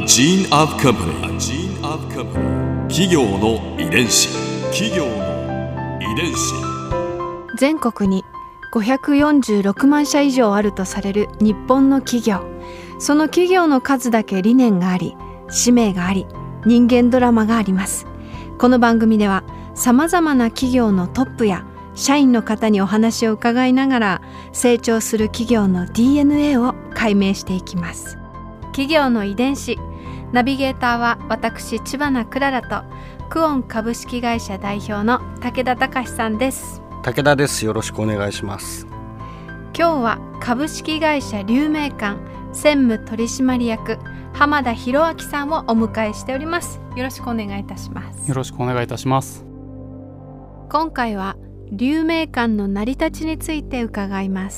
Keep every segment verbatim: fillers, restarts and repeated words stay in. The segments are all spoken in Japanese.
gene of company. A gene of company. 企業の遺伝子。企業の遺伝子。 全国にごひゃくよんじゅうろくまんしゃ以上あるとされる日本の企業。その企業の数だけ理念があり、使命があり、人間ドラマがあります。この番組ではさまざまな企業のトップや社員の方にお話を伺いながら、成長する企業の ディーエヌエー を解明していきます。企業の遺伝子。ナビゲーターは私知花くららと、クオン株式会社代表の武田隆さんです。 武田です。よろしくお願いします。 今日は株式会社龍明館専務取締役浜田博明さんをお迎えしております。よろしくお願いいたします。 よろしくお願いいたします。 今回は龍明館の成り立ちについて伺います。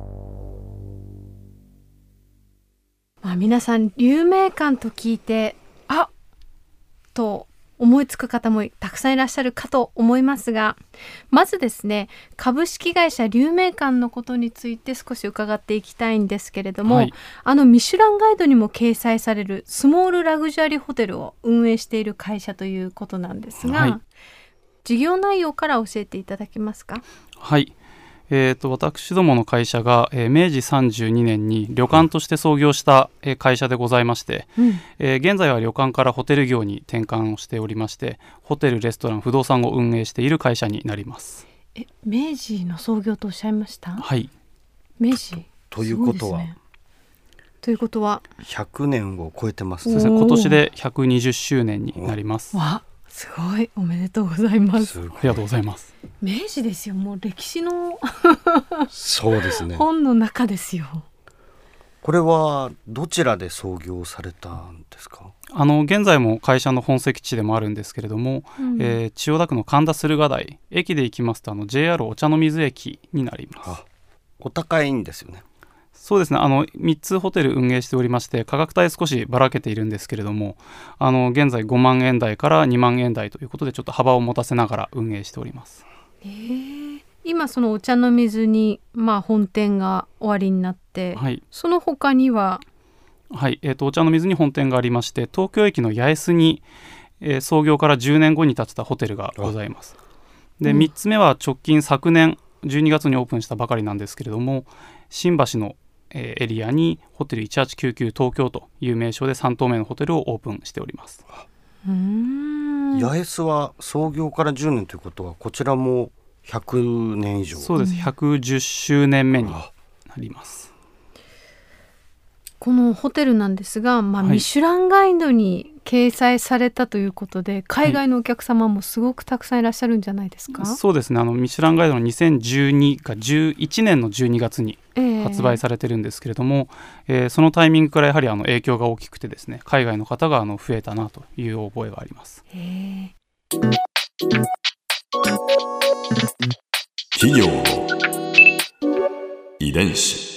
まあ、皆さん龍明館と聞いてあっと思いつく方もたくさんいらっしゃるかと思いますが、まずですね、株式会社龍明館のことについて少し伺っていきたいんですけれども、はい、あのミシュランガイドにも掲載されるスモールラグジュアリーホテルを運営している会社ということなんですが、はい、事業内容から教えていただけますか。 はい、えー、と私どもの会社が、えー、めいじさんじゅうにねんに旅館として創業した、えー、会社でございまして、うんえー、現在は旅館からホテル業に転換をしておりまして、ホテル、レストラン、不動産を運営している会社になります。 え明治の創業とおっしゃいました。 はい。 明治ということは、ね、 ということはひゃくねんを超えてますね。 そうですね、今年でひゃくにじゅっしゅうねんになります。 わすごい、おめでとうございます。 ありがとうございます。 明治ですよ、もう歴史のそうですね、 本の中ですよ。 これはどちらで創業されたんですか。 あの現在も会社の本籍地でもあるんですけれども、うんえー、千代田区の神田駿河台駅で行きますと、あの ジェイアール お茶の水駅になります。あ、 お高いんですよね。 そうですね、あのみっつホテル運営しておりまして、価格帯少しばらけているんですけれども、あの現在ごまんえん台からにまんえん台ということで、ちょっと幅を持たせながら運営しております。 えー、今そのお茶の水に、まあ、本店が終わりになって、はい、その他には、 はいえー、とお茶の水に本店がありまして、東京駅の八重洲に、えー、創業からじゅうねんごに建てたホテルがございます。で、うん、みっつめは直近昨年じゅうにがつにオープンしたばかりなんですけれども、新橋のエリアにホテルいちはちきゅうきゅう東京という名称でさん棟目のホテルをオープンしております。 うーん、 八重洲は創業からじゅうねんということは、こちらもひゃくねん以上。 そうです、ひゃくじゅっしゅうねんめになります。 このホテルなんですが、まあはい、ミシュランガイドに掲載されたということで、海外のお客様もすごくたくさんいらっしゃるんじゃないですか。 はい、そうですね、あのミシュランガイドのにせんじゅうにかじゅういちねんのじゅうにがつに発売されてるんですけれども、えーえー、そのタイミングからやはりあの影響が大きくてですね、海外の方があの増えたなという覚えがあります。 へ企業の遺伝子。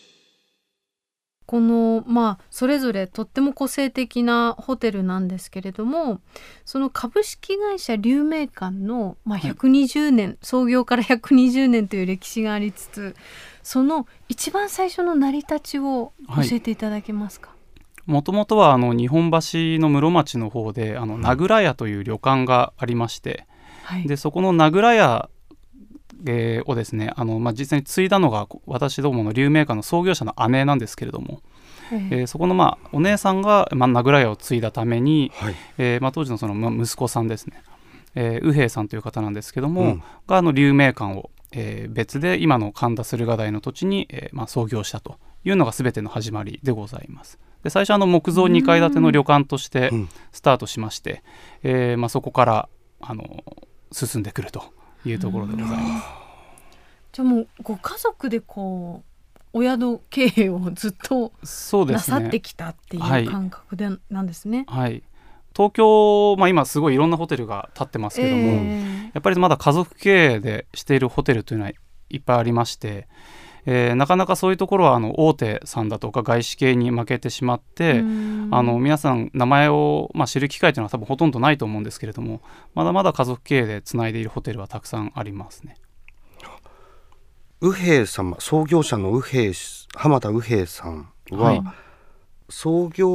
このまあそれぞれとっても個性的なホテルなんですけれども、その株式会社龍明館の、まあ、ひゃくにじゅうねん、はい、創業からひゃくにじゅうねんという歴史がありつつ、その一番最初の成り立ちを教えていただけますか。 もともとはあの日本橋の室町の方で、あの名倉屋という旅館がありまして、はい、でそこの名倉屋えー、をですね、あの、まあ、実際に継いだのが私どもの龍明館の創業者の姉なんですけれども、えーえー、そこの、まあ、お姉さんが、まあ、名倉屋を継いだために、はいえーまあ、当時のその、まあ、息子さんですね、えー、右平さんという方なんですけども、うん、があの龍明館を、えー、別で今の神田駿河台の土地に、えーまあ、創業したというのが全ての始まりでございます。で最初あの木造にかい建ての旅館としてスタートしまして、うんえーまあ、そこからあの進んでくるというところでございます。 じゃあもうご家族でこうお宿経営をずっとなさってきたっていう感覚でなんですね。 はい、はい、東京、まあ、今すごいいろんなホテルが建ってますけども、えー、やっぱりまだ家族経営でしているホテルというのはいっぱいありまして、えー、なかなかそういうところはあの大手さんだとか外資系に負けてしまって、あの皆さん名前を、まあ、知る機会というのは多分ほとんどないと思うんですけれども、まだまだ家族経営でつないでいるホテルはたくさんありますね。 右平様、創業者の右平浜田右平さんは、はい、創業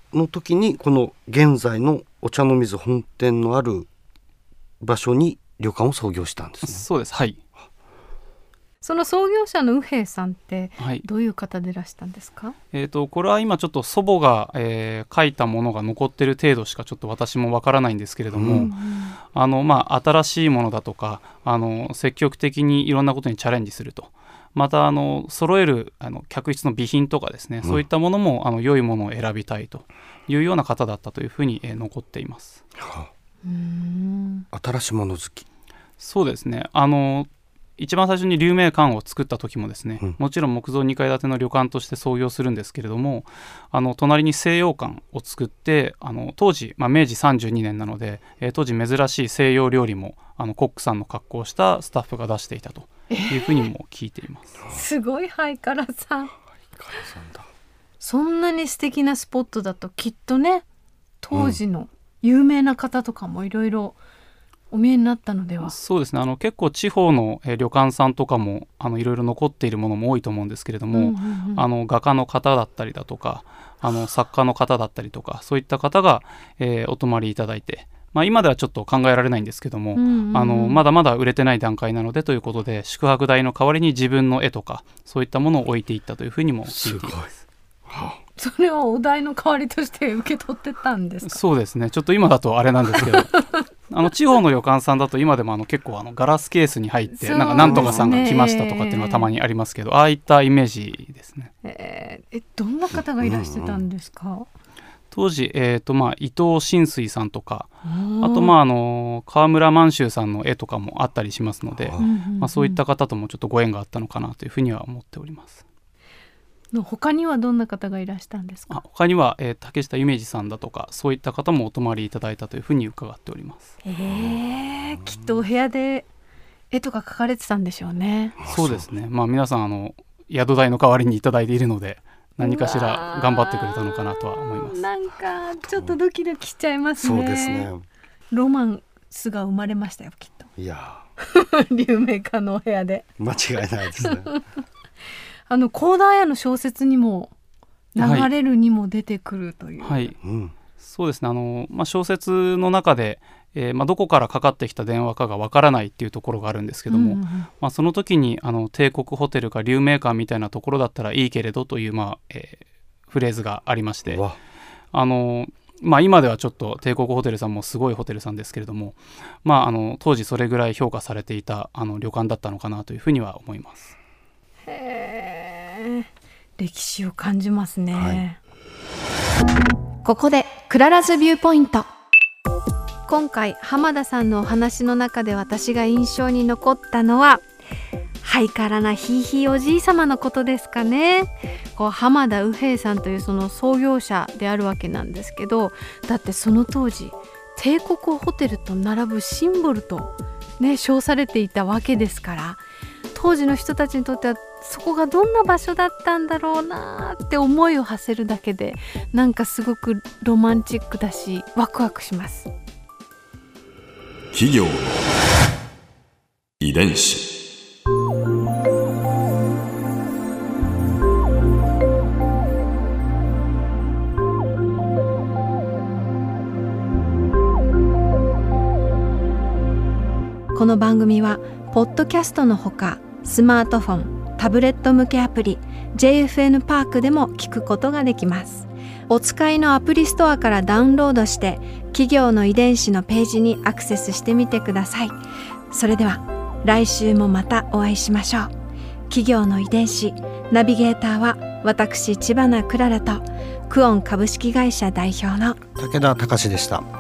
の時にこの現在のお茶の水本店のある場所に旅館を創業したんですね。 そうです。はい。 その創業者の右平さんってはいどういう方でいらしたんですか？ えー、とこれは今ちょっと祖母が、えー書いたものが残ってる程度しかちょっと私もわからないんですけれども、 うんあのまあ、新しいものだとかあの積極的にいろんなことにチャレンジすると、またあの揃えるあの客室の備品とかですね、 うんそういったものもあの良いものを選びたいというような方だったというふうに、えー残っています。 はうーんあ、新しいもの好き。 そうですね、あの一番最初に龍明館を作った時もですね、 うんもちろん木造にかい建ての旅館として創業するんですけれども、あの隣に西洋館を作って、あの当時、まあ、めいじさんじゅうにねんなので、えー当時珍しい西洋料理もあのコックさんの格好をしたスタッフが出していたというふうにも聞いています。 すごいハイカラさん。 カラさんだ。 そんなに素敵なスポットだときっとね、当時の有名な方とかもいろいろお見えになったのでは。 そうですね、あの結構地方の、えー旅館さんとかもあのいろいろ残っているものも多いと思うんですけれども、 うんうんうんあの画家の方だったりだとかあの作家の方だったりとかそういった方が、えーお泊まりいただいて、まあ、今ではちょっと考えられないんですけども、 うんうんうんあのまだまだ売れてない段階なのでということで宿泊代の代わりに自分の絵とかそういったものを置いていったというふうにも聞いています。 それはお題の代わりとして受け取ってたんですか？ そうですね、ちょっと今だとあれなんですけどあの地方の旅館さんだと今でもあの結構あのガラスケースに入ってそうなんかなんとかさんが来ましたとかっていうのはたまにありますけど、ああいったイメージですね。 えーえどんな方がいらしてたんですか？ 当時、えーとまあ、伊藤新水さんとか、 ああと、まあ、あの川村満州さんの絵とかもあったりしますので、 あまあ、そういった方ともちょっとご縁があったのかなというふうには思っております。 の他にはどんな方がいらしたんですか？ あ他には、えー竹下夢二さんだとかそういった方もお泊まりいただいたというふうに伺っております。 えー、きっとお部屋で絵とか描かれてたんでしょうね。 そうですね、まあ、皆さんあの宿代の代わりにいただいているので何かしら頑張ってくれたのかなとは思います。 なんかちょっとドキドキしちゃいますね。 そうですね。 ロマンスが生まれましたよきっといや龍明館のお部屋で。 間違いないですね。 あの高田綾の小説にも流れるにも出てくるという、 はい、 うんそうですね、あの、まあ、小説の中で、えーまあ、どこからかかってきた電話かがわからないっていうところがあるんですけども、 うんうんうんまあ、その時にあの帝国ホテルか龍明館みたいなところだったらいいけれどという、まあえーフレーズがありまして、 わあのまあ、今ではちょっと帝国ホテルさんもすごいホテルさんですけれども、まあ、あの当時それぐらい評価されていたあの旅館だったのかなというふうには思います。 へー歴史を感じますね、 はい、 ここでクララズビューポイント。今回浜田さんのお話の中で私が印象に残ったのはハイカラなひいひいおじい様のことですかね。こう浜田右平さんというその創業者であるわけなんですけど、だってその当時帝国ホテルと並ぶシンボルとね称されていたわけですから、当時の人たちにとってはそこがどんな場所だったんだろうなって思いを馳せるだけでなんかすごくロマンチックだしワクワクします。 企業の遺伝子。 この番組はポッドキャストのほかスマートフォン、タブレット向けアプリ ジェイエフエヌ パークでも聞くことができます。お使いのアプリストアからダウンロードして企業の遺伝子のページにアクセスしてみてください。それでは来週もまたお会いしましょう。企業の遺伝子ナビゲーターは私千葉なクララとクオン株式会社代表の武田隆でした。